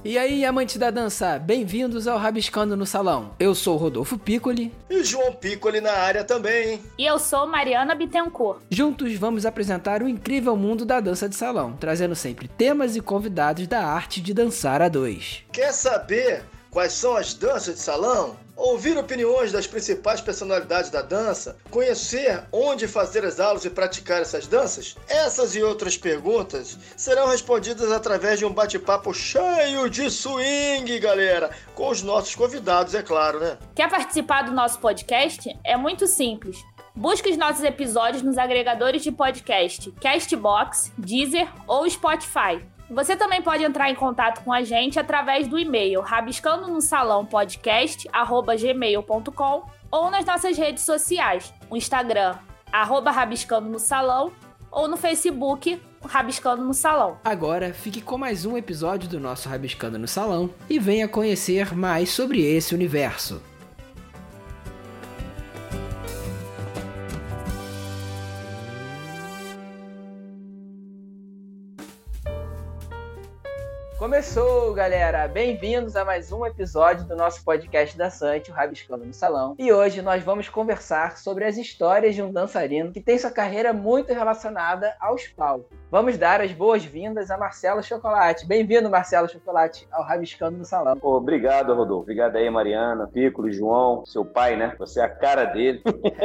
E aí, amantes da dança, bem-vindos ao Rabiscando no Salão. Eu sou o Rodolfo Piccoli. E João Piccoli na área também, hein? E eu sou Mariana Bittencourt. Juntos vamos apresentar o incrível mundo da dança de salão, trazendo sempre temas e convidados da arte de dançar a dois. Quer saber quais são as danças de salão? Ouvir opiniões das principais personalidades da dança? Conhecer onde fazer as aulas e praticar essas danças? Essas e outras perguntas serão respondidas através de um bate-papo cheio de swing, galera, com os nossos convidados, é claro, né? Quer participar do nosso podcast? É muito simples. Busque os nossos episódios nos agregadores de podcast Castbox, Deezer ou Spotify. Você também pode entrar em contato com a gente através do e-mail rabiscandonosalãopodcast@gmail.com ou nas nossas redes sociais, o Instagram, @rabiscando no salão, ou no Facebook, Rabiscando no Salão. Agora, fique com mais um episódio do nosso Rabiscando no Salão e venha conhecer mais sobre esse universo. Começou, galera! Bem-vindos a mais um episódio do nosso podcast dançante, o Rabiscando no Salão. E hoje nós vamos conversar sobre as histórias de um dançarino que tem sua carreira muito relacionada aos palcos. Vamos dar as boas-vindas a Marcelo Chocolate. Bem-vindo, Marcelo Chocolate, ao Rabiscando no Salão. Obrigado, Rodolfo. Obrigado aí, Mariana, Piccoli, João, seu pai, né? Você é a cara dele.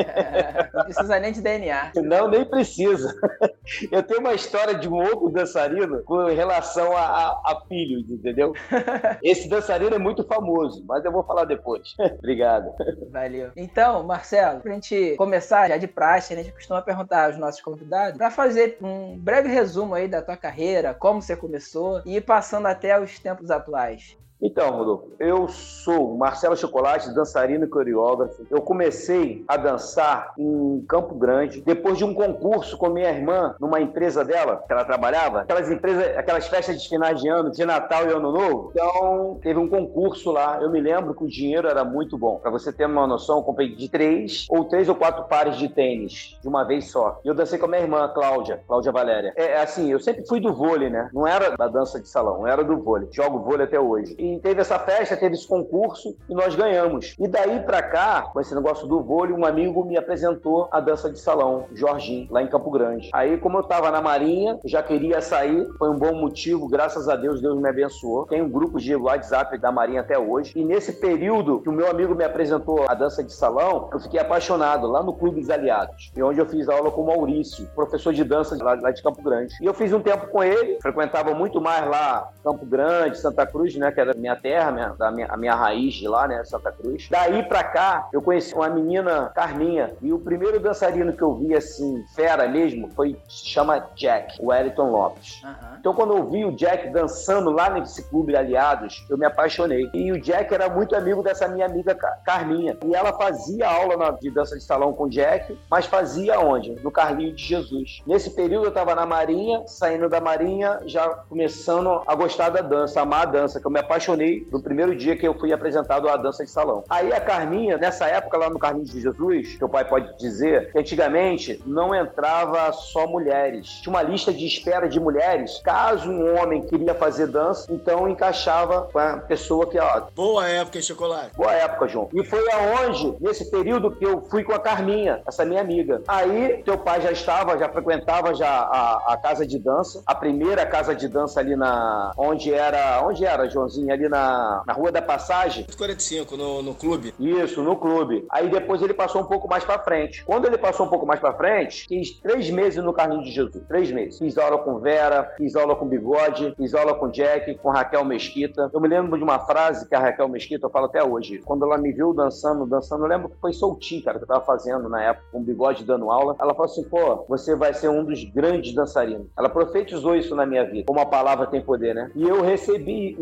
Não precisa nem de DNA. Não, nem precisa. Eu tenho uma história de um outro dançarino com relação a filhos, entendeu? Esse dançarino é muito famoso, mas eu vou falar depois. Obrigado. Valeu. Então, Marcelo, pra gente começar já de praxe, a gente costuma perguntar aos nossos convidados pra fazer um breve resumo aí da tua carreira, como você começou e ir passando até os tempos atuais. Então, Rodolfo, eu sou Marcelo Chocolate, dançarino e coreógrafo. Eu comecei a dançar em Campo Grande, depois de um concurso com minha irmã, numa empresa dela, que ela trabalhava, aquelas festas de finais de ano, de Natal e Ano Novo. Então, teve um concurso lá. Eu me lembro que o dinheiro era muito bom. Pra você ter uma noção, eu comprei de 3 ou 4 pares de tênis, de uma vez só. E eu dancei com a minha irmã, Cláudia Valéria. Assim, eu sempre fui do vôlei, né? Não era da dança de salão, era do vôlei. Jogo vôlei até hoje. E teve essa festa, teve esse concurso e nós ganhamos. E daí pra cá, com esse negócio do vôlei, um amigo me apresentou a dança de salão, Jorginho, lá em Campo Grande. Aí, como eu tava na Marinha, já queria sair, foi um bom motivo, graças a Deus, Deus me abençoou. Tem um grupo de WhatsApp da Marinha até hoje. E nesse período que o meu amigo me apresentou a dança de salão, eu fiquei apaixonado lá no Clube dos Aliados, e onde eu fiz aula com o Maurício, professor de dança lá de Campo Grande. E eu fiz um tempo com ele, frequentava muito mais lá Campo Grande, Santa Cruz, né, que era minha terra, a minha raiz de lá, né, Santa Cruz. Daí pra cá, eu conheci uma menina, Carminha, e o primeiro dançarino que eu vi, assim, fera mesmo, se chama Jack, o Wellington Lopes. Uhum. Então, quando eu vi o Jack dançando lá nesse Clube de Aliados, eu me apaixonei. E o Jack era muito amigo dessa minha amiga Carminha. E ela fazia aula de dança de salão com o Jack, mas fazia onde? No Carlinho de Jesus. Nesse período, eu tava na Marinha, saindo da Marinha, já começando a gostar da dança, amar a dança, que eu me apaixonei no primeiro dia que eu fui apresentado à dança de salão. Aí a Carminha, nessa época lá no Carlinhos de Jesus, teu pai pode dizer que antigamente não entrava só mulheres. Tinha uma lista de espera de mulheres. Caso um homem queria fazer dança, então encaixava com a pessoa que, ó... Boa época, hein, Chocolate? Boa época, João. E foi aonde, nesse período, que eu fui com a Carminha, essa minha amiga. Aí teu pai já frequentava a casa de dança, a primeira casa de dança ali onde era, Joãozinho? Ali na Rua da Passagem. 45, no clube. Isso, no clube. Aí depois ele passou um pouco mais pra frente. Quando ele passou um pouco mais pra frente, fiz 3 meses no Carlinho de Jesus. 3 meses. Fiz aula com Vera, fiz aula com Bigode, fiz aula com Jack, com Raquel Mesquita. Eu me lembro de uma frase que a Raquel Mesquita, eu falo até hoje. Quando ela me viu dançando, eu lembro que foi soltinho, cara, que eu tava fazendo na época, com o Bigode dando aula. Ela falou assim, pô, você vai ser um dos grandes dançarinos. Ela profetizou isso na minha vida. Como a palavra tem poder, né? E eu recebi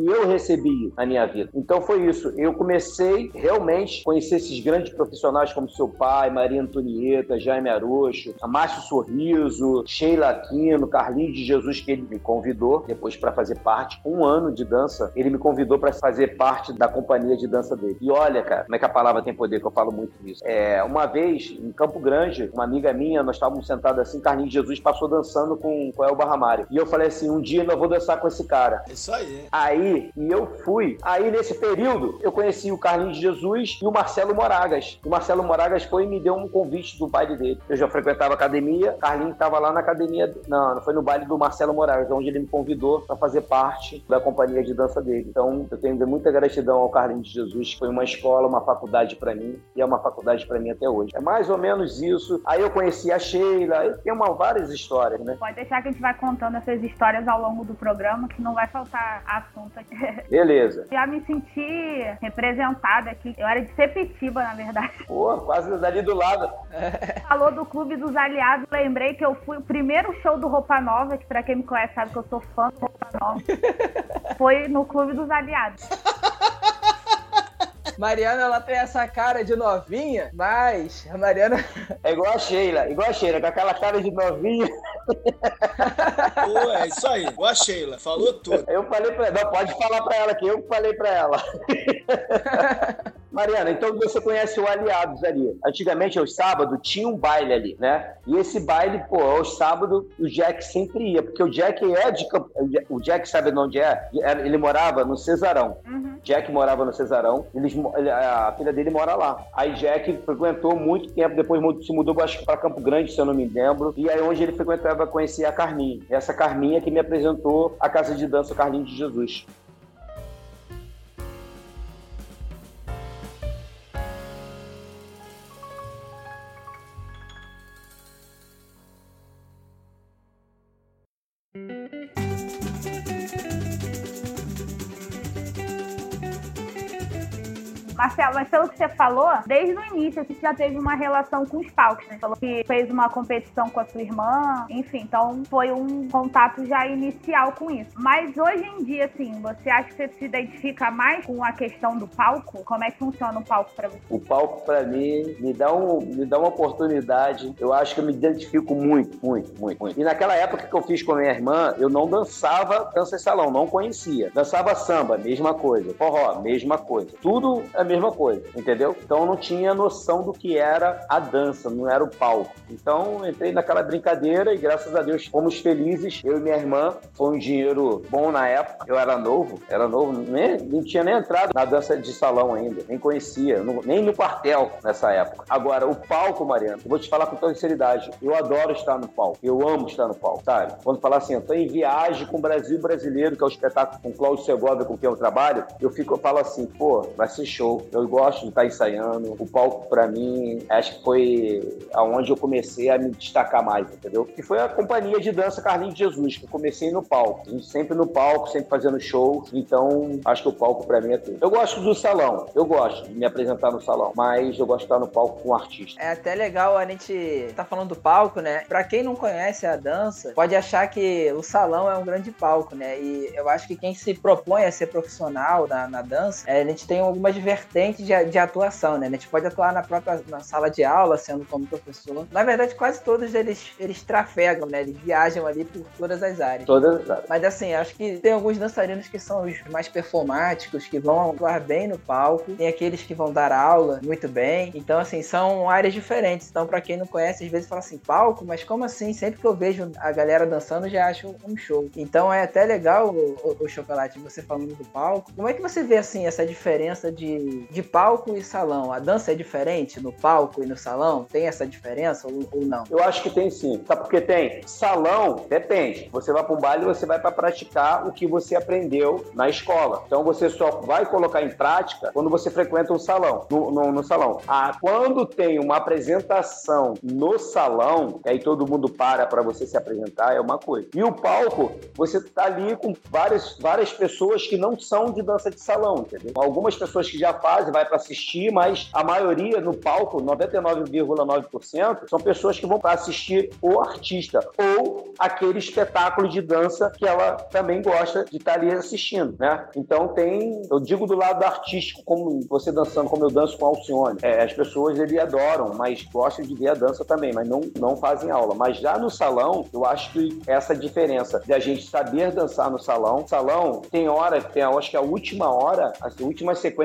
na minha vida. Então foi isso. Eu comecei realmente a conhecer esses grandes profissionais como seu pai, Maria Antonieta, Jaime Arocho, Márcio Sorriso, Sheila Aquino, Carlinhos de Jesus, que ele me convidou depois para fazer parte. 1 ano de dança, ele me convidou para fazer parte da companhia de dança dele. E olha, cara, como é que a palavra tem poder, que eu falo muito disso. Uma vez, em Campo Grande, uma amiga minha, nós estávamos sentados assim, Carlinhos de Jesus passou dançando com o Elba Ramário. E eu falei assim, um dia eu vou dançar com esse cara. Isso aí. Aí, e eu fui, aí nesse período, eu conheci o Carlinhos de Jesus e o Marcelo Moragas. O Marcelo Moragas foi e me deu um convite do baile dele. Eu já frequentava a academia, Carlinhos estava lá na academia, não, foi no baile do Marcelo Moragas, onde ele me convidou para fazer parte da companhia de dança dele. Então, eu tenho muita gratidão ao Carlinhos de Jesus, que foi uma escola, uma faculdade para mim, e é uma faculdade para mim até hoje. É mais ou menos isso. Aí eu conheci a Sheila, e tem várias histórias, né? Pode deixar que a gente vai contando essas histórias ao longo do programa, que não vai faltar assunto aqui. Beleza. Já me senti representada aqui. Eu era de Sepetiba, na verdade. Pô, quase dali do lado. Falou do Clube dos Aliados. Lembrei que eu fui o primeiro show do Roupa Nova, que pra quem me conhece sabe que eu sou fã do Roupa Nova. Foi no Clube dos Aliados. Mariana, ela tem essa cara de novinha, mas a Mariana... É igual a Sheila, com aquela cara de novinha. Pô, é isso aí, igual a Sheila, falou tudo. Eu falei pra ela, não, pode falar pra ela, que eu falei pra ela. Mariana, então você conhece o Aliados ali. Antigamente, aos sábados, tinha um baile ali, né? E esse baile, pô, aos sábados, o Jack sempre ia, porque o Jack é de Campo... O Jack sabe de onde é? Ele morava no Cesarão. Uhum. Jack morava no Cesarão, a filha dele mora lá. Aí Jack frequentou muito tempo, depois se mudou para Campo Grande, se eu não me lembro, e aí onde ele frequentava, conhecia a Carminha. Essa Carminha que me apresentou a casa de dança Carlinhos de Jesus. Marcelo, mas pelo que você falou, desde o início você já teve uma relação com os palcos, né? Você falou que fez uma competição com a sua irmã, enfim, então foi um contato já inicial com isso. Mas hoje em dia, assim, você acha que você se identifica mais com a questão do palco? Como é que funciona o palco pra você? O palco, pra mim, me dá uma oportunidade. Eu acho que eu me identifico muito. E naquela época que eu fiz com a minha irmã, eu não dançava dança de salão, não conhecia. Dançava samba, mesma coisa. Forró, mesma coisa. Tudo a mesma coisa, entendeu? Então eu não tinha noção do que era a dança, não era o palco. Então entrei naquela brincadeira e graças a Deus fomos felizes, eu e minha irmã. Foi um dinheiro bom na época, eu era novo, nem tinha nem entrado na dança de salão ainda, nem conhecia, nem no quartel nessa época. Agora, o palco, Mariana, eu vou te falar com toda sinceridade, eu adoro estar no palco, eu amo estar no palco, sabe? Quando falar assim, eu tô em viagem com o Brasil Brasileiro, que é o espetáculo com o Cláudio Segovia, com quem eu trabalho, eu falo assim, pô, vai ser show. Eu gosto de estar ensaiando. O palco, pra mim, acho que foi aonde eu comecei a me destacar mais, entendeu? Que foi a companhia de dança Carlinhos de Jesus, que eu comecei no palco. Sempre no palco, sempre fazendo show. Então, acho que o palco, pra mim, é tudo. Eu gosto do salão. Eu gosto de me apresentar no salão. Mas eu gosto de estar no palco com um artista. É até legal a gente tá falando do palco, né? Pra quem não conhece a dança, pode achar que o salão é um grande palco, né? E eu acho que quem se propõe a ser profissional na dança, a gente tem algumas vertentes de atuação, né? A gente pode atuar na sala de aula, sendo como professor. Na verdade, quase todos eles trafegam, né? Eles viajam ali por todas as áreas. Todas as áreas. Mas assim, acho que tem alguns dançarinos que são os mais performáticos, que vão atuar bem no palco. Tem aqueles que vão dar aula muito bem. Então, assim, são áreas diferentes. Então, pra quem não conhece, às vezes fala assim, palco? Mas como assim? Sempre que eu vejo a galera dançando, já acho um show. Então, é até legal, o Chocolate, você falando do palco. Como é que você vê, assim, essa diferença de palco e salão? A dança é diferente no palco e no salão? Tem essa diferença ou não? Eu acho que tem sim. Sabe por que tem? Salão, depende. Você vai para um baile e você vai para praticar o que você aprendeu na escola. Então você só vai colocar em prática quando você frequenta um salão, no salão. Quando tem uma apresentação no salão, que aí todo mundo para você se apresentar, é uma coisa. E o palco, você tá ali com várias pessoas que não são de dança de salão, entendeu? Algumas pessoas que já fazem, vai para assistir, mas a maioria no palco, 99,9%, são pessoas que vão para assistir o artista ou aquele espetáculo de dança que ela também gosta de estar ali assistindo, né? Então eu digo do lado artístico, como você dançando, como eu danço com a Alcione. As pessoas adoram, mas gostam de ver a dança também, mas não fazem aula. Mas já no salão, eu acho que essa diferença de a gente saber dançar no salão. Salão tem hora, acho que a última hora, a última sequência de música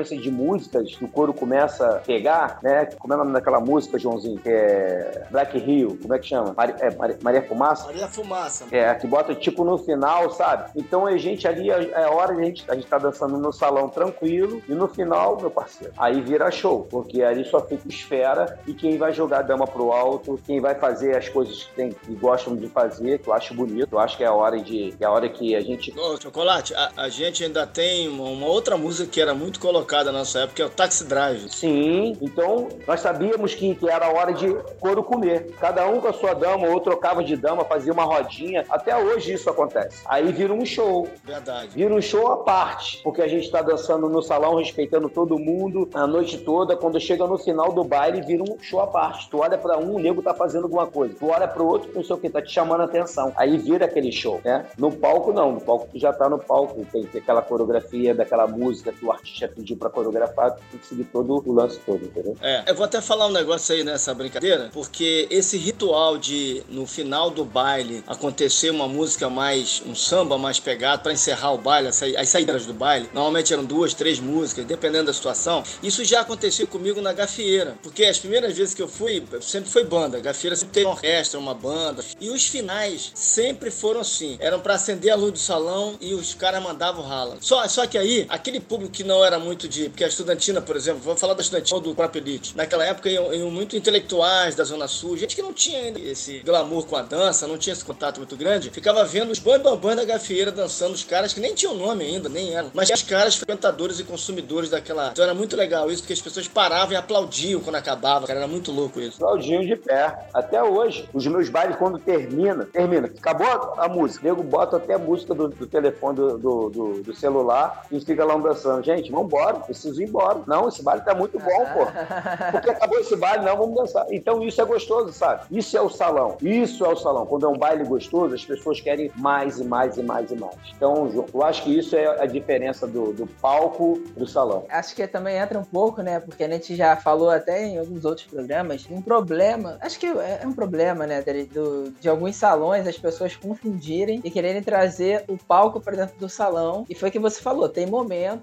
músicas, o coro começa a pegar, né? Como é o nome daquela música, Joãozinho? Que é Black Hill, como é que chama? Maria Fumaça? Maria Fumaça. Que bota tipo no final, sabe? Então a gente ali, é hora de a gente tá dançando no salão tranquilo e no final, meu parceiro, aí vira show, porque ali só fica esfera e quem vai jogar a dama pro alto, quem vai fazer as coisas que gostam de fazer, que eu acho bonito, eu acho que é a hora que a gente... Ô, Chocolate, a gente ainda tem uma outra música que era muito colocada na nossa época, que é o Taxi Drive. Sim, então nós sabíamos que era a hora de couro comer. Cada um com a sua dama, ou trocava de dama, fazia uma rodinha. Até hoje isso acontece. Aí vira um show. Verdade. Vira um show à parte, porque a gente tá dançando no salão, respeitando todo mundo, a noite toda. Quando chega no final do baile, vira um show à parte. Tu olha pra um, o nego tá fazendo alguma coisa. Tu olha pro outro, não sei o que, tá te chamando a atenção. Aí vira aquele show, né? No palco, não. No palco, tu já tá no palco. Tem aquela coreografia daquela música que o artista pediu pra coreografar. Tem que seguir todo o lance todo, entendeu? Eu vou até falar um negócio aí nessa brincadeira, porque esse ritual de, no final do baile, acontecer uma música mais, um samba mais pegado pra encerrar o baile, as saídas do baile, normalmente eram 2, 3 músicas, dependendo da situação. Isso já aconteceu comigo na gafieira, porque as primeiras vezes que eu fui, sempre foi banda. A gafieira sempre teve uma orquestra, uma banda, e os finais sempre foram assim, eram pra acender a luz do salão e os caras mandavam rala. Só que aí, aquele público que não era muito porque a estudantina, por exemplo, vou falar da estudantina ou do próprio elite, naquela época iam muito intelectuais da Zona Sul, gente que não tinha ainda esse glamour com a dança, não tinha esse contato muito grande, ficava vendo os bambambãs da gafieira dançando, os caras que nem tinham nome ainda, nem eram, mas os caras frequentadores e consumidores daquela... Então era muito legal isso, porque as pessoas paravam e aplaudiam quando acabava, cara, era muito louco isso. Aplaudiam de pé. Até hoje, os meus bailes, quando termina, acabou a música, o nego bota até a música do telefone do celular e fica lá dançando. Gente, vambora, preciso ir embora. Não, esse baile tá muito bom, pô. Porque acabou esse baile, não, vamos dançar. Então isso é gostoso, sabe? Isso é o salão. Isso é o salão. Quando é um baile gostoso, as pessoas querem mais e mais e mais e mais. Então, eu acho que isso é a diferença do palco do salão. Acho que também entra um pouco, né? Porque a gente já falou até em alguns outros programas, um problema, acho que é um problema, né? De alguns salões, as pessoas confundirem e quererem trazer o palco para dentro do salão. E foi o que você falou, tem momentos.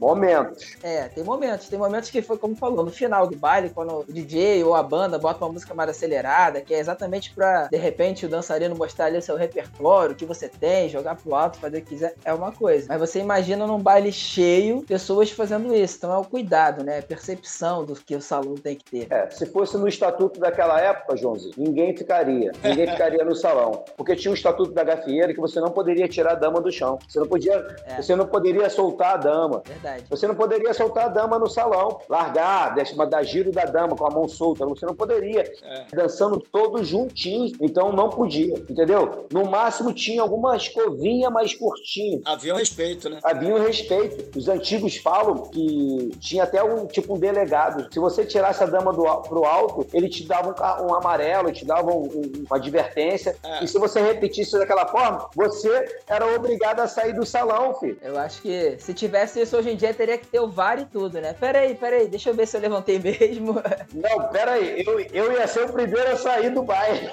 Tem momentos que foi como falou, no final do baile, quando o DJ ou a banda bota uma música mais acelerada, que é exatamente pra, de repente, o dançarino mostrar ali o seu repertório, o que você tem, jogar pro alto, fazer o que quiser, é uma coisa. Mas você imagina num baile cheio, pessoas fazendo isso. Então é o cuidado, né? A percepção do que o salão tem que ter. Se fosse no estatuto daquela época, Joãozinho, ninguém ficaria no salão. Porque tinha o estatuto da gafieira que você não poderia tirar a dama do chão. Você não poderia soltar a dama. Verdade. Você não poderia soltar a dama no salão, largar, dar giro da dama com a mão solta, você não poderia, dançando todos juntinhos, então não podia, entendeu? No máximo tinha alguma escovinha mais curtinha. Havia um respeito, né? Havia um respeito. Os antigos falam que tinha até um delegado. Se você tirasse a dama pro alto, ele te dava um amarelo, te dava uma advertência, e se você repetisse daquela forma, você era obrigado a sair do salão, filho. Eu acho que se tivesse isso hoje em dia, teria que ter o VAR e tudo, né? Peraí, deixa eu ver se eu levantei mesmo. Não, peraí, eu ia ser o primeiro a sair do baile.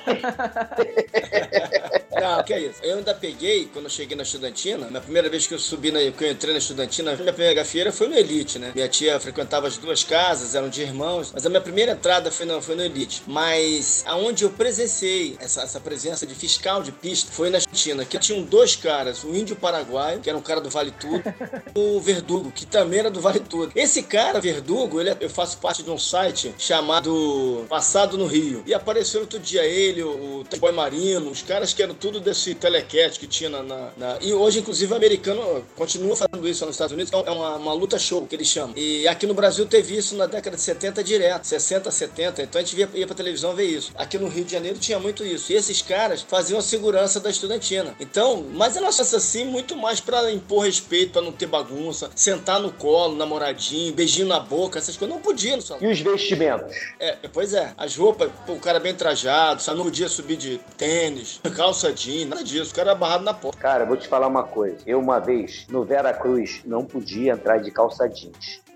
Não, que é isso. Eu ainda peguei, quando eu cheguei na estudantina, na primeira vez que eu subi, que eu entrei na estudantina, a minha primeira gafieira foi no Elite, né? Minha tia frequentava as duas casas, eram de irmãos, mas a minha primeira entrada foi no Elite. Mas aonde eu presenciei essa presença de fiscal de pista foi na estudantina, que tinham 2 caras, o Índio Paraguaio, que era um cara do Vale Tudo, e o Verdugo, que também era do Vale Tudo. Esse cara, Verdugo, eu faço parte de um site chamado Passado no Rio. E apareceu outro dia ele, o Boy Marino, os caras que eram tudo desse telecat que tinha E hoje, inclusive, o americano continua fazendo isso nos Estados Unidos, é uma luta show, que eles chamam. E aqui no Brasil teve isso na década de 70 direto, 60, 70, então a gente ia pra televisão ver isso. Aqui no Rio de Janeiro tinha muito isso. E esses caras faziam a segurança da estudantina. Então, mas eu acho assim, muito mais pra impor respeito, pra não ter bagunça, sentar no colo, namoradinho, beijinho na boca, essas coisas não podia no salão. E os vestimentos? Pois é. As roupas, o cara bem trajado, sabe? Não podia subir de tênis, calça jeans, nada disso. O cara barrado na porta. Cara, vou te falar uma coisa. Eu, uma vez, no Veracruz, não podia entrar de calça jeans.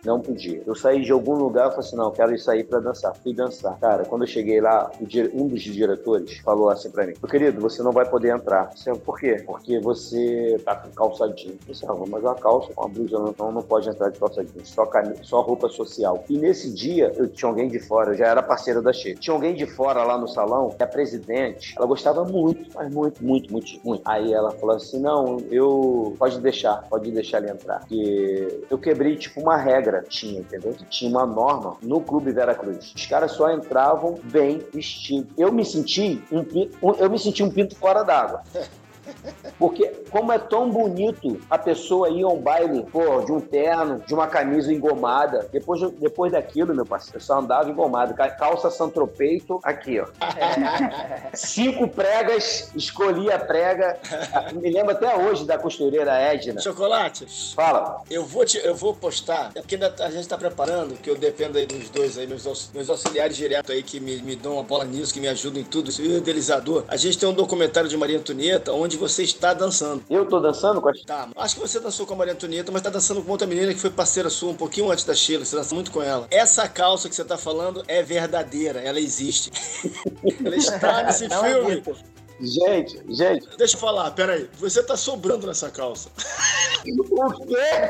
Não podia. Eu saí de algum lugar e falei assim, não, quero ir sair pra dançar. Fui dançar. Cara, quando eu cheguei lá, um dos diretores falou assim pra mim, meu querido, você não vai poder entrar. Eu disse, por quê? Porque você tá com calça jeans. Eu disse, mas uma calça com uma blusa não pode entrar de calça jeans, só roupa social. E nesse dia, eu tinha alguém de fora, eu já era parceiro da Sheila. Tinha alguém de fora lá no salão, que é a presidente, ela gostava muito, mas muito. Aí ela falou assim, não, pode deixar ele entrar. Porque eu quebrei, tipo, uma regra, entendeu? Tinha uma norma no Clube Veracruz. Os caras só entravam bem vestidos. Eu me senti um pinto fora d'água. Porque como é tão bonito a pessoa ir a um baile, de um terno, de uma camisa engomada. Depois daquilo, meu parceiro, eu só andava engomado. Calça santropeito, aqui, ó. 5 pregas, escolhi a prega. Me lembro até hoje da costureira Edna. Chocolate. Fala. Eu vou postar, é porque ainda a gente tá preparando, que eu dependo aí dos dois aí, meus auxiliares diretos aí, que me dão uma bola nisso, que me ajudam em tudo. E o idealizador. A gente tem um documentário de Maria Antonieta, onde você está dançando. Eu tô dançando com a... Tá, acho que você dançou com a Maria Antonieta, mas tá dançando com outra menina que foi parceira sua um pouquinho antes da Sheila, você dançou muito com ela. Essa calça que você tá falando é verdadeira, ela existe. Ela está nesse filme. Gente. Deixa eu falar, peraí. Você tá sobrando nessa calça. O quê?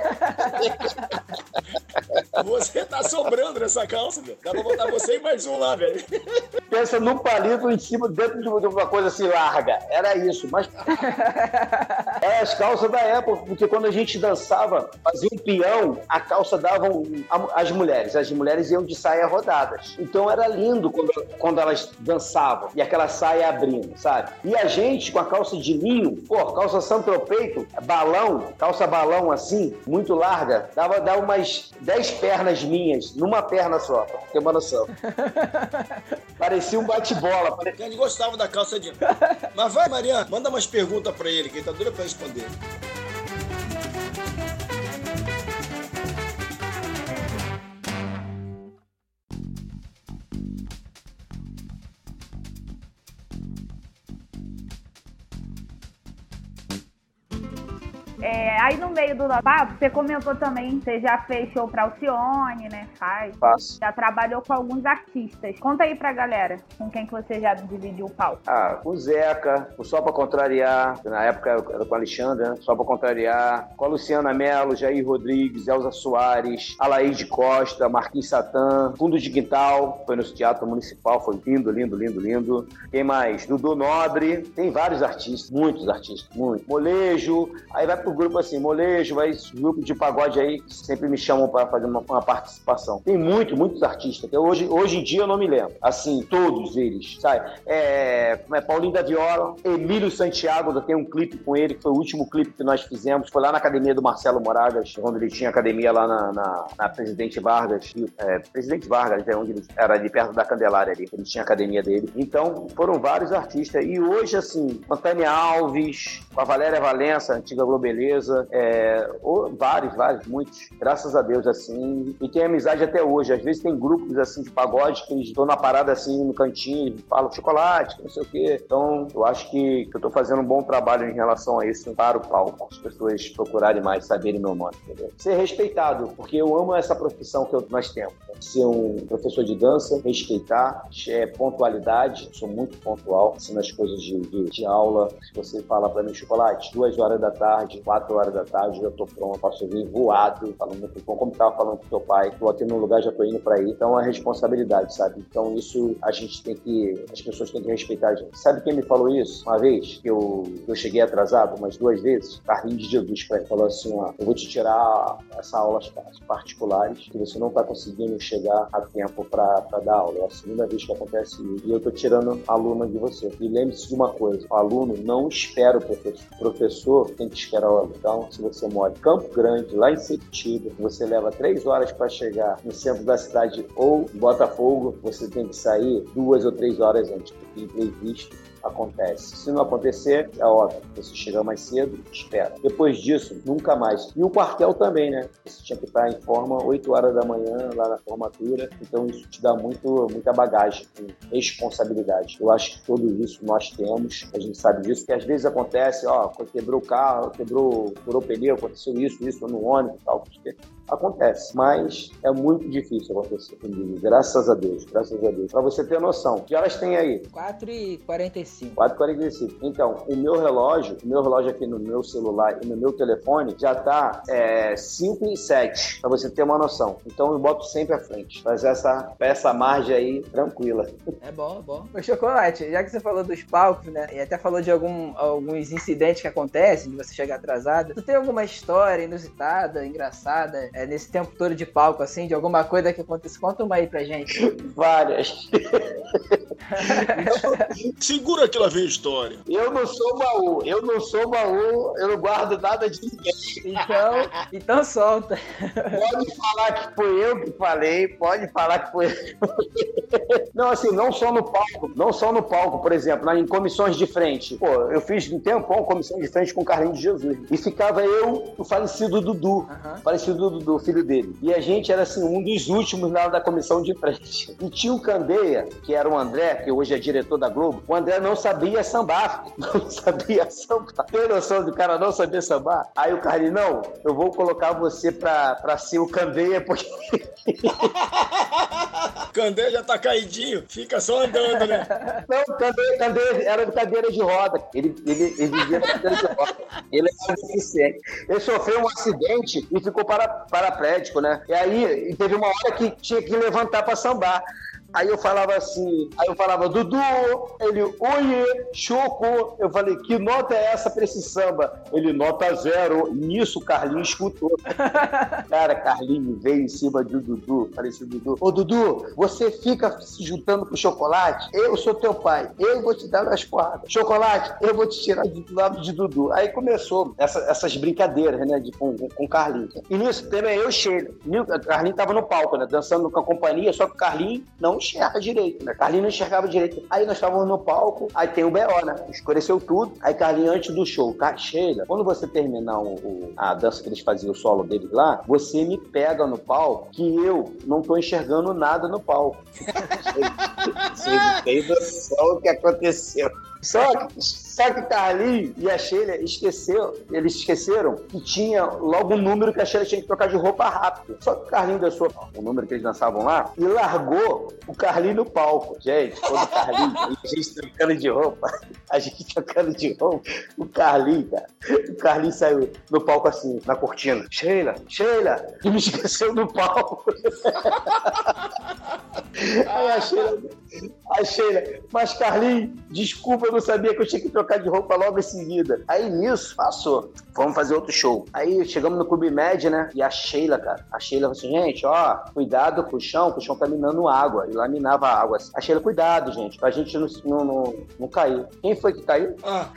Você tá sobrando nessa calça, velho. Dá pra botar você e mais um lá, velho. Pensa num palito em cima, dentro de uma coisa assim larga. Era isso, mas... Era as calças da época, porque quando a gente dançava, fazia um peão, a calça davam as mulheres. As mulheres iam de saia rodadas. Então era lindo quando elas dançavam. E aquela saia abrindo, sabe? E a gente, com a calça de linho, calça santropeito, calça balão assim, muito larga, dava umas 10 pernas minhas, numa perna só, pra ter uma noção. Parecia um bate-bola. Ele gostava da calça de... Mas vai, Mariana, manda umas perguntas pra ele, que ele tá doido pra responder. Aí no meio do papo, você comentou também, você já fez show pra Alcione, né? Faço. Já trabalhou com alguns artistas. Conta aí pra galera, com quem que você já dividiu o palco. Com o Zeca, o Só Pra Contrariar, na época era com o Alexandre, né? Só Pra Contrariar, com a Luciana Mello, Jair Rodrigues, Elza Soares, Alaide Costa, Marquinhos Satã, Fundo de Quintal, foi no Teatro Municipal, foi lindo. Quem mais? Dudu Nobre, tem vários artistas, muitos artistas, muito. Molejo, aí vai pro grupo assim, Molejo, vai grupo de pagode aí, que sempre me chamam para fazer uma participação. Tem muitos artistas, que hoje em dia eu não me lembro. Assim, todos eles, sabe? Paulinho da Viola, Emílio Santiago, eu tenho um clipe com ele, que foi o último clipe que nós fizemos, foi lá na academia do Marcelo Moragas, quando ele tinha academia lá na Presidente Vargas, Presidente Vargas, onde ele era ali perto da Candelária ali, ele tinha a academia dele. Então, foram vários artistas. E hoje, assim, Antônia Alves, com a Valéria Valença, antiga Globeleza, vários, muitos, graças a Deus, assim, e tem amizade até hoje. Às vezes tem grupos, assim, de pagode que eles estão na parada, assim, no cantinho, falam chocolate, não sei o quê. Então, eu acho que eu tô fazendo um bom trabalho em relação a isso para o palco, as pessoas procurarem mais, saberem meu nome, entendeu? Ser respeitado, porque eu amo essa profissão que nós temos. Ser um professor de dança, respeitar, pontualidade, sou muito pontual, assim, nas coisas de aula. Se você fala para mim, chocolate, 2 horas da tarde, 4 horas da tarde, já tô pronto, posso vir voado, falando como tava falando com teu pai, tô aqui no lugar, já tô indo para aí. Então, é responsabilidade, sabe? Então, isso as pessoas têm que respeitar a gente. Sabe quem me falou isso? Uma vez, que eu cheguei atrasado, umas 2 vezes, Carlinhos de Jesus falou assim, eu vou te tirar essas aulas particulares, que você não tá conseguindo chegar a tempo para dar aula. É a segunda vez que acontece isso. E eu tô tirando aluno de você. E lembre-se de uma coisa, o aluno não espera o professor. O professor tem que esperar o aluno. Então, se você mora em Campo Grande, lá em Sepetiba, você leva 3 horas para chegar no centro da cidade ou em Botafogo, você tem que sair 2 ou 3 horas antes, porque imprevisto acontece. Se não acontecer, é óbvio. Você chega mais cedo, espera. Depois disso, nunca mais. E o quartel também, né? Você tinha que estar em forma 8 horas da manhã, lá na formatura. Então, isso te dá muita bagagem, responsabilidade. Eu acho que tudo isso nós temos. A gente sabe disso, que às vezes acontece, quebrou o carro, furou o pneu, aconteceu isso no ônibus e tal. Acontece, mas é muito difícil acontecer comigo, graças a Deus. Pra você ter noção, que horas tem aí? 4h45. 4h45. Então, o meu relógio aqui no meu celular e no meu telefone já tá 5h07, pra você ter uma noção. Então, eu boto sempre à frente. Mas essa margem aí, tranquila. É bom. Ô, Chocolate, já que você falou dos palcos, né, e até falou de alguns incidentes que acontecem, de você chegar atrasado, tu tem alguma história inusitada, engraçada, nesse tempo todo de palco, assim, de alguma coisa que aconteceu? Conta uma aí pra gente. Várias. Segura que lá vem a história. Eu não sou baú, eu não guardo nada de ninguém. Então solta. Pode falar que foi eu que falei, pode falar que foi eu. Não, assim, não só no palco, por exemplo, em comissões de frente. Pô, eu fiz um tempão comissão de frente com o Carlinhos de Jesus. E ficava eu, o falecido Dudu. Falecido Dudu, filho dele. E a gente era, assim, um dos últimos lá da comissão de frente. E tinha o Candeia, que era o André, que hoje é diretor da Globo. O André não sabia sambar. Tem noção do cara não saber sambar? Aí o Carlinhos, não, eu vou colocar você pra ser o Candeia, porque... Candeia já tá caidinho, fica só andando, né? Não, o Candeia era de cadeira de roda. Ele vivia de cadeira de roda. Ele era deficiente. Ele sofreu um acidente e ficou paraplégico, né? E aí teve uma hora que tinha que levantar pra sambar. Aí eu falava assim, Dudu, ele, oiê, Choco. Eu falei, que nota é essa pra esse samba? Ele, nota 0. Nisso o Carlinhos escutou. Cara, Carlinhos veio em cima do Dudu. Falei assim, Dudu, ô Dudu, você fica se juntando com o Chocolate? Eu sou teu pai, eu vou te dar umas porradas. Chocolate, eu vou te tirar do lado de Dudu. Aí começou essas brincadeiras, né, com o Carlinhos. E nisso também eu e Sheila. O Carlinhos tava no palco, né, dançando com a companhia, só que o Carlinhos não enxerga direito, né? Carlinhos não enxergava direito. Aí nós estávamos no palco, aí tem o B.O., né? Escureceu tudo. Aí Carlinhos, antes do show, Sheila, quando você terminar a dança que eles faziam, o solo deles lá, você me pega no palco, que eu não tô enxergando nada no palco. Você não tem noção do que aconteceu. Só que Carlinhos e a Sheila eles esqueceram que tinha logo um número que a Sheila tinha que trocar de roupa rápido. Só que o Carlinhos dançou o número que eles dançavam lá e largou o Carlinhos no palco. Gente, quando o Carlinhos, a gente trocando de roupa, o Carlinhos saiu no palco assim, na cortina. Sheila, que me esqueceu no palco. Aí a Sheila, mas Carlinhos, desculpa, eu não sabia que eu tinha que trocar de roupa logo em seguida. Aí nisso, passou. Vamos fazer outro show. Aí chegamos no Clube Med, né? E a Sheila falou assim, gente, ó, cuidado com o chão tá minando água. E lá minava água. A Sheila, cuidado, gente, pra gente não cair. Quem foi que caiu?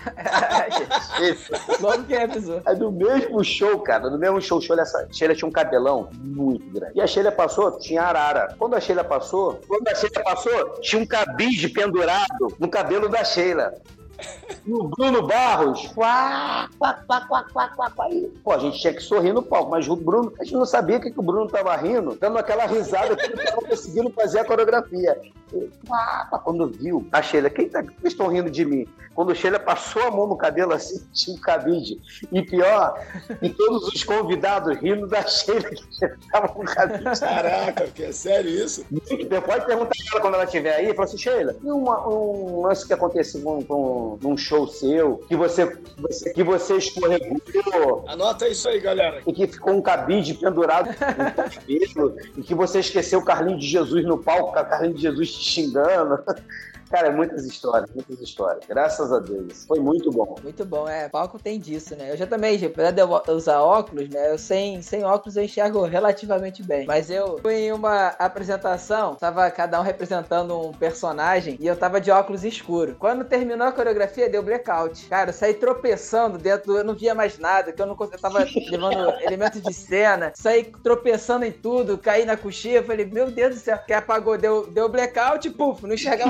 Logo quem avisou. Aí no mesmo show, a Sheila tinha um cabelão muito grande. E a Sheila passou, tinha arara. Quando a Sheila passou, tinha um cabide pendurado no cabelo da Sheila. E o Bruno Barros, quá. Pô, a gente tinha que sorrir no palco, mas o Bruno, a gente não sabia o que o Bruno tava rindo, dando aquela risada que ele tava conseguindo fazer a coreografia. Quando viu a Sheila, quem estão rindo de mim? Quando a Sheila passou a mão no cabelo assim, tinha um cabide. E pior, e todos os convidados rindo da Sheila que estava com o cabide. Caraca, que é sério isso? Pode perguntar a ela quando ela estiver aí. Fala assim, Sheila, um lance que aconteceu num show seu, que você escorregou. Anota isso aí, galera. E que ficou um cabide pendurado no cabelo, e que você esqueceu o Carlinhos de Jesus no palco, com o Carlinhos de Jesus te xingando. Cara, muitas histórias. Graças a Deus. Foi muito bom. Muito bom, palco tem disso, né? Eu já também, apesar de eu usar óculos, né? Eu sem óculos eu enxergo relativamente bem. Mas eu fui em uma apresentação, tava cada um representando um personagem e eu tava de óculos escuro. Quando terminou a coreografia, deu blackout. Cara, eu saí tropeçando eu não via mais nada, que eu tava levando elementos de cena, saí tropeçando em tudo, caí na coxinha, falei, meu Deus do céu, que apagou, deu blackout, puf, não enxergava mais nada.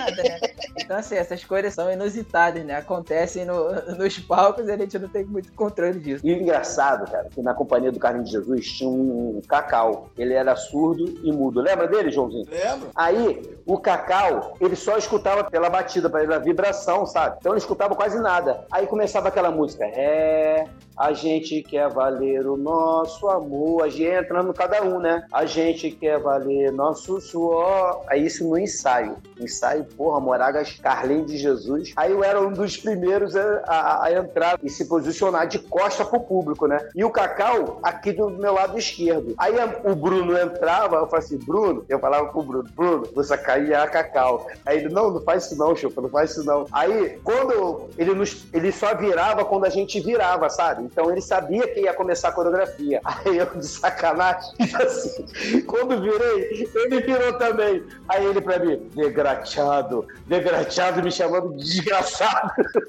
nada, né? Então, assim, essas coisas são inusitadas, né? Acontecem nos palcos e a gente não tem muito controle disso. E o engraçado, cara, que na Companhia do Carlinhos de Jesus tinha um Cacau. Ele era surdo e mudo. Lembra dele, Joãozinho? Lembro. Aí, o Cacau, ele só escutava pela batida, pela vibração, sabe? Então, ele não escutava quase nada. Aí começava aquela música, a gente quer valer o nosso amor. A gente entrando cada um, né? A gente quer valer nosso suor. Aí isso no ensaio. Porra, Moragas, Carlinhos de Jesus. Aí eu era um dos primeiros a entrar e se posicionar de costa pro público, né? E o Cacau aqui do meu lado esquerdo. Aí o Bruno entrava, eu falava assim, Bruno, eu falava pro Bruno, você caía a Cacau. Aí ele, não faz isso não, Chupa, não faz isso não. Aí, quando ele só virava quando a gente virava, sabe? Então ele sabia que ia começar a coreografia. Aí eu, de sacanagem, assim, quando virei, ele virou também. Aí ele pra mim, degradado, me chamando de desgraçado.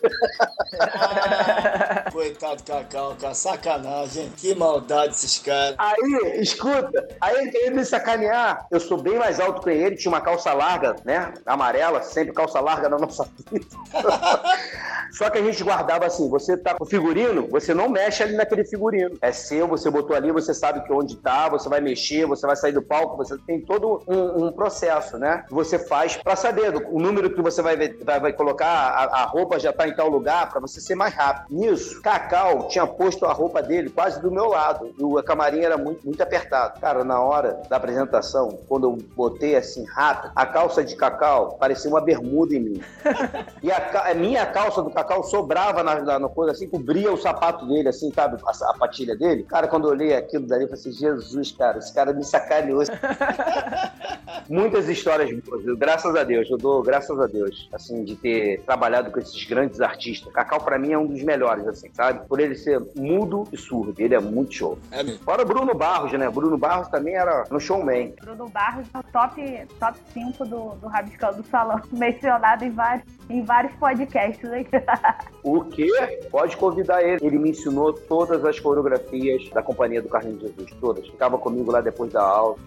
Coitado do Cacau, cara, sacanagem. Que maldade esses caras. Aí, escuta, aí ele queria me sacanear. Eu sou bem mais alto que ele, tinha uma calça larga, né? Amarela, sempre calça larga na nossa vida. Só que a gente guardava assim, você tá com figurino, você não mexe ali naquele figurino. É seu, você botou ali, você sabe que onde tá, você vai mexer, você vai sair do palco, você tem todo um processo, né? Você faz pra saber o número que você vai colocar, a roupa já tá em tal lugar, pra você ser mais rápido. Nisso, Cacau tinha posto a roupa dele quase do meu lado, e o camarim era muito, muito apertado. Cara, na hora da apresentação, quando eu botei assim rápido, a calça de Cacau parecia uma bermuda em mim. E a minha calça do Cacau sobrava na coisa assim, cobria o sapato dele, assim, sabe? A patilha dele. Cara, quando eu olhei aquilo dali, eu falei assim, Jesus, cara, esse cara me sacaneou. Muitas histórias boas, graças a Deus, eu dou graças a Deus, assim, de ter trabalhado com esses grandes artistas. Cacau, pra mim, é um dos melhores, assim, sabe? Por ele ser mudo e surdo, ele é muito show. É mesmo. Fora Bruno Barros, né? Bruno Barros também era um showman. Bruno Barros no top 5 do Rabiscando do Salão, mencionado em vários podcasts aqui. O quê? Pode convidar ele. Ele me ensinou todas as coreografias da Companhia do Carlinhos de Jesus, todas. Ficava comigo lá depois da aula.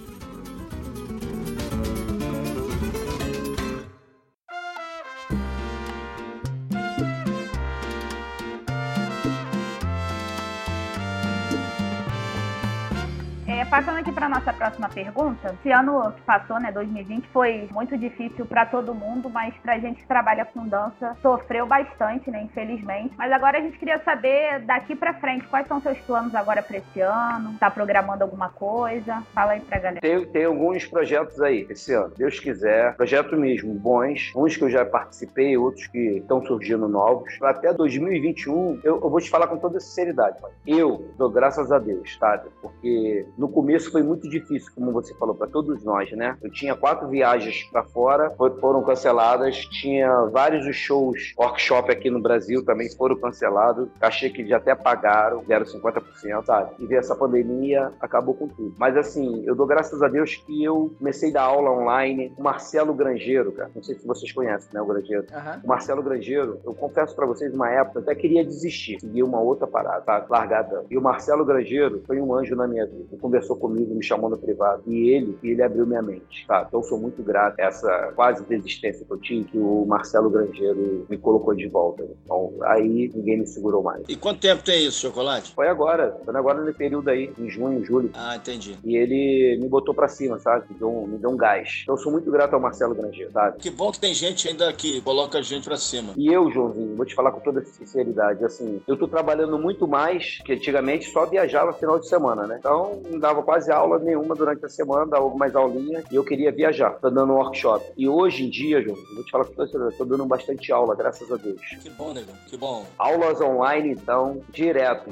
Passando aqui para nossa próxima pergunta, esse ano que passou, né, 2020, foi muito difícil para todo mundo, mas pra gente que trabalha com dança, sofreu bastante, né, infelizmente. Mas agora a gente queria saber, daqui pra frente, quais são seus planos agora pra esse ano? Tá programando alguma coisa? Fala aí pra galera. Tem alguns projetos aí, esse ano, Deus quiser, projetos mesmo bons, uns que eu já participei, outros que estão surgindo novos. Até 2021, eu vou te falar com toda sinceridade, pai. Eu dou graças a Deus, sabe? Porque no começo foi muito difícil, como você falou, para todos nós, né? Eu tinha 4 viagens para fora, foram canceladas, tinha vários shows, workshop aqui no Brasil também foram cancelados, achei que já até pagaram, deram 50%, sabe? E veio essa pandemia, acabou com tudo. Mas assim, eu dou graças a Deus que eu comecei a dar aula online, o Marcelo Grangeiro, cara, não sei se vocês conhecem, né, o Grangeiro. Uhum. O Marcelo Grangeiro, eu confesso para vocês, uma época, eu até queria desistir, seguir uma outra parada, tá? Largada. E o Marcelo Grangeiro foi um anjo na minha vida. Ele conversou comigo, me chamou no privado. E ele abriu minha mente, tá? Então eu sou muito grato a essa quase desistência que eu tive, que o Marcelo Grangeiro me colocou de volta. Então aí ninguém me segurou mais. E quanto tempo tem isso, Chocolate? Foi agora no período aí, em junho, julho. Ah, entendi. E ele me botou pra cima, sabe? Me deu um gás. Então eu sou muito grato ao Marcelo Grangeiro, sabe? Que bom que tem gente ainda que coloca a gente pra cima. E eu, Joãozinho, vou te falar com toda sinceridade, assim, eu tô trabalhando muito mais, que antigamente só viajava no final de semana, né? Então não dava quase aula nenhuma durante a semana, dava algumas aulinhas e eu queria viajar, tô dando um workshop. E hoje em dia, Joãozinho, vou te falar com toda sinceridade, tô dando bastante aula, graças a Deus. Que bom, negão, que bom. Aulas online, então, direto.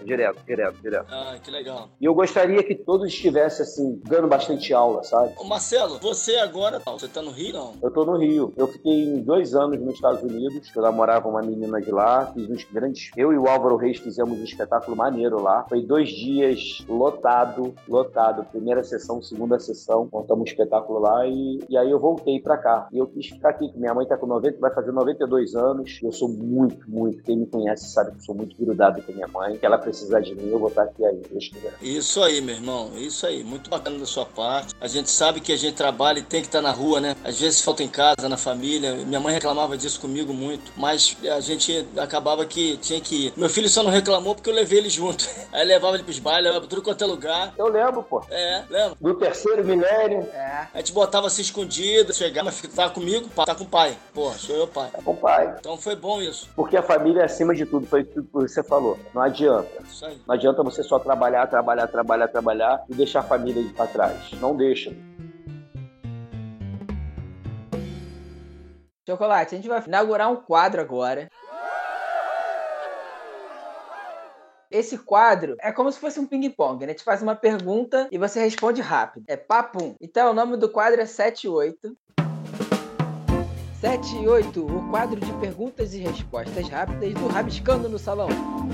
Ah, que legal. E eu gostaria que todos estivessem, assim, dando bastante aula, sabe? Ô Marcelo, você agora, você tá no Rio, não? Eu tô no Rio. Eu fiquei 2 anos nos Estados Unidos, eu namorava uma menina de lá, fiz uns grandes... Eu e o Álvaro Reis fizemos um espetáculo maneiro lá. Foi 2 dias lotado, teatro lotado. Primeira sessão, segunda sessão, montamos um espetáculo lá e aí eu voltei pra cá. E eu quis ficar aqui, que minha mãe tá com 90, vai fazer 92 anos. Eu sou muito, quem me conhece sabe que eu sou muito grudado com minha mãe. Que ela precisar de mim, eu vou estar aqui aí. Isso aí, meu irmão, isso aí. Muito bacana da sua parte. A gente sabe que a gente trabalha e tem que estar na rua, né? Às vezes falta em casa, na família. Minha mãe reclamava disso comigo muito, mas a gente acabava que tinha que ir. Meu filho só não reclamou porque eu levei ele junto. Aí levava ele pros bailes, levava tudo quanto é lugar. Eu lembro, pô. Lembra? Do terceiro milênio. A gente botava assim escondido, chegava, mas tava comigo, tá com o pai. Pô, sou eu pai. Tá com o pai. Então foi bom isso. Porque a família é acima de tudo, foi tudo que você falou. Não adianta. Isso aí. Não adianta você só trabalhar e deixar a família pra trás. Não deixa. Chocolate, a gente vai inaugurar um quadro agora. Esse quadro é como se fosse um ping-pong, né? A gente faz uma pergunta e você responde rápido. É papum. Então, o nome do quadro é 78. 78, o quadro de perguntas e respostas rápidas do Rabiscando no Salão.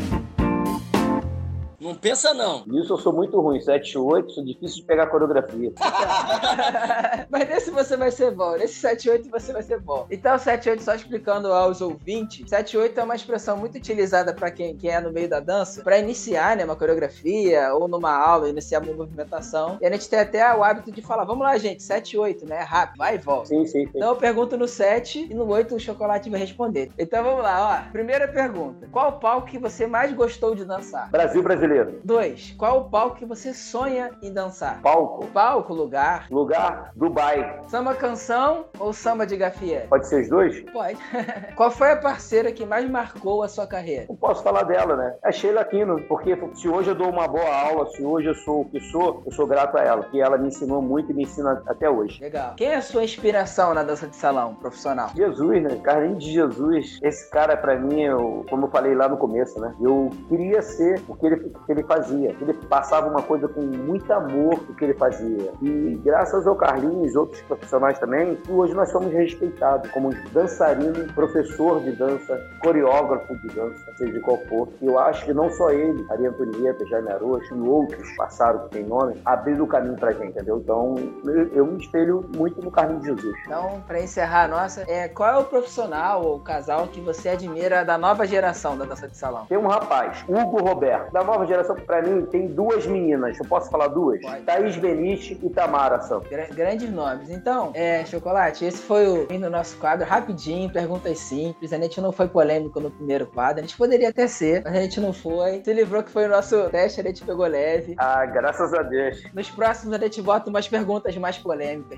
Não pensa não. Nisso eu sou muito ruim. 7-8, sou difícil de pegar coreografia. Mas nesse você vai ser bom. Nesse 7-8 você vai ser bom. Então, 7-8, só explicando aos ouvintes, 7-8 é uma expressão muito utilizada para quem é no meio da dança, para iniciar, né, uma coreografia ou numa aula, iniciar uma movimentação. E a gente tem até o hábito de falar, vamos lá, gente, 7-8, né? Rápido, vai e volta. Sim. Então eu pergunto no 7 e no 8 o Chocolate vai responder. Então vamos lá, ó. Primeira pergunta. Qual o palco que você mais gostou de dançar? Brasil brasileiro. 2. Qual o palco que você sonha em dançar? Palco. Palco, lugar. Lugar, Dubai. Samba canção ou samba de gafieira? Pode ser os dois? Pode. Qual foi a parceira que mais marcou a sua carreira? Não posso falar dela, né? É Sheila Aquino, porque se hoje eu dou uma boa aula, se hoje eu sou o que sou, eu sou grato a ela, porque ela me ensinou muito e me ensina até hoje. Legal. Quem é a sua inspiração na dança de salão, profissional? Jesus, né? Carlinhos de Jesus. Esse cara, pra mim, como eu falei lá no começo, né? Eu queria ser o que ele fazia. Ele passava uma coisa com muito amor do que ele fazia. E graças ao Carlinhos e outros profissionais também, hoje nós somos respeitados como dançarino, professor de dança, coreógrafo de dança, seja qual for. E eu acho que não só ele, Maria Antonieta, Jaime Arocho e outros passaram que tem nome, abriram o caminho pra gente, entendeu? Então, eu me espelho muito no Carlinhos de Jesus. Então, pra encerrar a nossa, qual é o profissional ou o casal que você admira da nova geração da dança de salão? Tem um rapaz, Hugo Roberto. Da nova geração, pra mim, tem duas meninas. Eu posso falar duas? Pode. Thaís Beniche e Tamara Santos. Grandes nomes. Então, Chocolate, esse foi o fim do nosso quadro. Rapidinho, perguntas simples. A gente não foi polêmico no primeiro quadro. A gente poderia até ser, mas a gente não foi. Se livrou que foi o nosso teste, a gente pegou leve. Ah, graças a Deus. Nos próximos a gente bota umas perguntas mais polêmicas.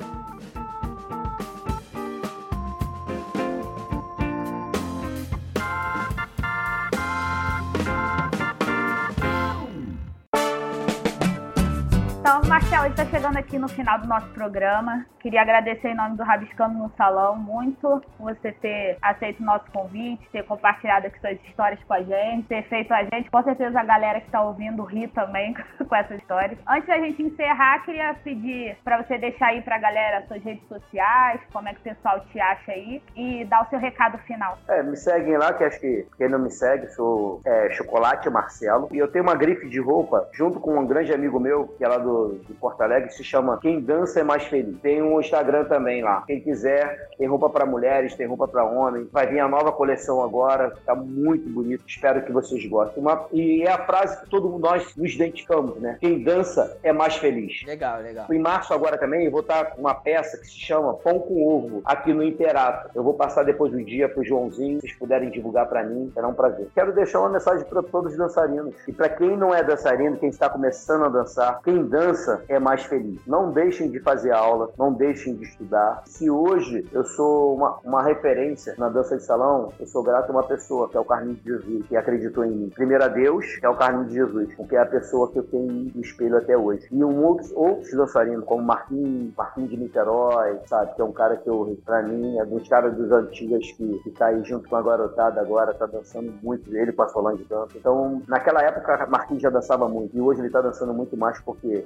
Então, Marcelo, a gente está chegando aqui no final do nosso programa. Queria agradecer em nome do Rabiscando no Salão muito por você ter aceito o nosso convite, ter compartilhado aqui suas histórias com a gente, ter feito a gente, com certeza a galera que está ouvindo rir também com essas histórias. Antes da gente encerrar, queria pedir para você deixar aí para a galera suas redes sociais, como é que o pessoal te acha aí e dar o seu recado final. Me seguem lá, que acho que quem não me segue, sou Chocolate Marcelo. E eu tenho uma grife de roupa, junto com um grande amigo meu, que é lá de Porto Alegre, se chama Quem Dança é Mais Feliz. Tem um Instagram também lá. Quem quiser, tem roupa para mulheres, tem roupa para homens. Vai vir a nova coleção agora, tá muito bonito. Espero que vocês gostem. E é a frase que todos nós nos identificamos, né? Quem dança é mais feliz. Legal, legal. Em março agora também eu vou estar com uma peça que se chama Pão com Ovo, aqui no Interato. Eu vou passar depois do dia pro Joãozinho, se vocês puderem divulgar para mim, será um prazer. Quero deixar uma mensagem para todos os dançarinos. E para quem não é dançarino, quem está começando a dançar, quem dança é mais feliz. Não deixem de fazer aula, não deixem de estudar. Se hoje eu sou uma referência na dança de salão, eu sou grato a uma pessoa, que é o Carlinhos de Jesus, que acreditou em mim. Primeiro a Deus, que é o Carlinhos de Jesus, porque é a pessoa que eu tenho no espelho até hoje. E outros dançarinos, como Marquinhos de Niterói, sabe? Que é um cara que pra mim, é dos caras dos antigos que tá aí junto com a garotada agora, tá dançando muito. Ele com a Solange dança. Então, naquela época, Marquinhos já dançava muito. E hoje ele tá dançando muito mais porque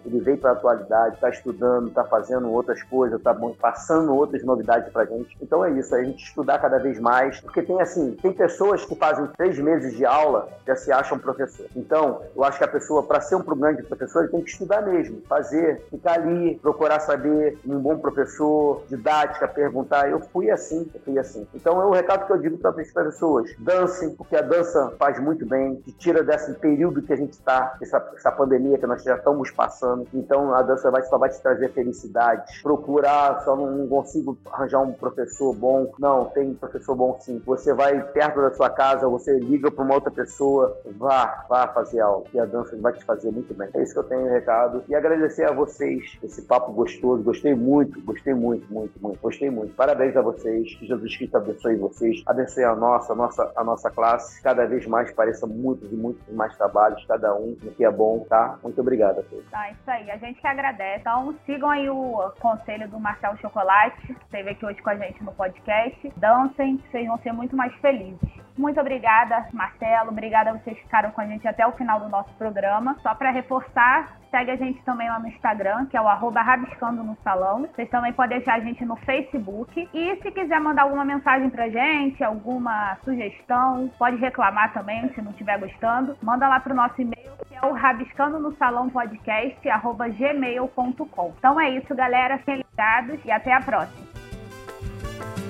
ele veio para a atualidade, está estudando, está fazendo outras coisas, está passando outras novidades para a gente. Então é isso, a gente estudar cada vez mais, porque tem pessoas que fazem 3 meses de aula já se acham professor. Então, eu acho que a pessoa, para ser um grande professor, ele tem que estudar mesmo, fazer, ficar ali, procurar saber, um bom professor, didática, perguntar. Eu fui assim. Então, é o recado que eu digo para as pessoas: dancem, porque a dança faz muito bem, te tira desse período que a gente está, essa pandemia que nós já estamos passando. Então, a dança só vai te trazer felicidade. Procurar, só não consigo arranjar um professor bom. Não, tem professor bom sim. Você vai perto da sua casa, você liga para uma outra pessoa, vá fazer aula, e a dança vai te fazer muito bem. É isso que eu tenho recado. E agradecer a vocês, esse papo gostoso. Gostei muito. Parabéns a vocês. Que Jesus Cristo abençoe vocês, abençoe a nossa classe. Cada vez mais pareça muitos e muitos mais trabalhos, cada um, no que é bom, tá? Muito obrigado a todos. Tá, isso aí. A gente que agradece. Então, sigam aí o conselho do Marcelo Chocolate, que esteve aqui hoje com a gente no podcast. Dancem, vocês vão ser muito mais felizes. Muito obrigada, Marcelo. Obrigada a vocês que ficaram com a gente até o final do nosso programa. Só para reforçar, segue a gente também lá no Instagram, que é o @rabiscando no salão. Vocês também podem achar a gente no Facebook. E se quiser mandar alguma mensagem pra gente, alguma sugestão, pode reclamar também, se não estiver gostando. Manda lá pro nosso e-mail, que é o rabiscandonossalãopodcast@gmail.com. Então é isso, galera. Fiquem ligados e até a próxima.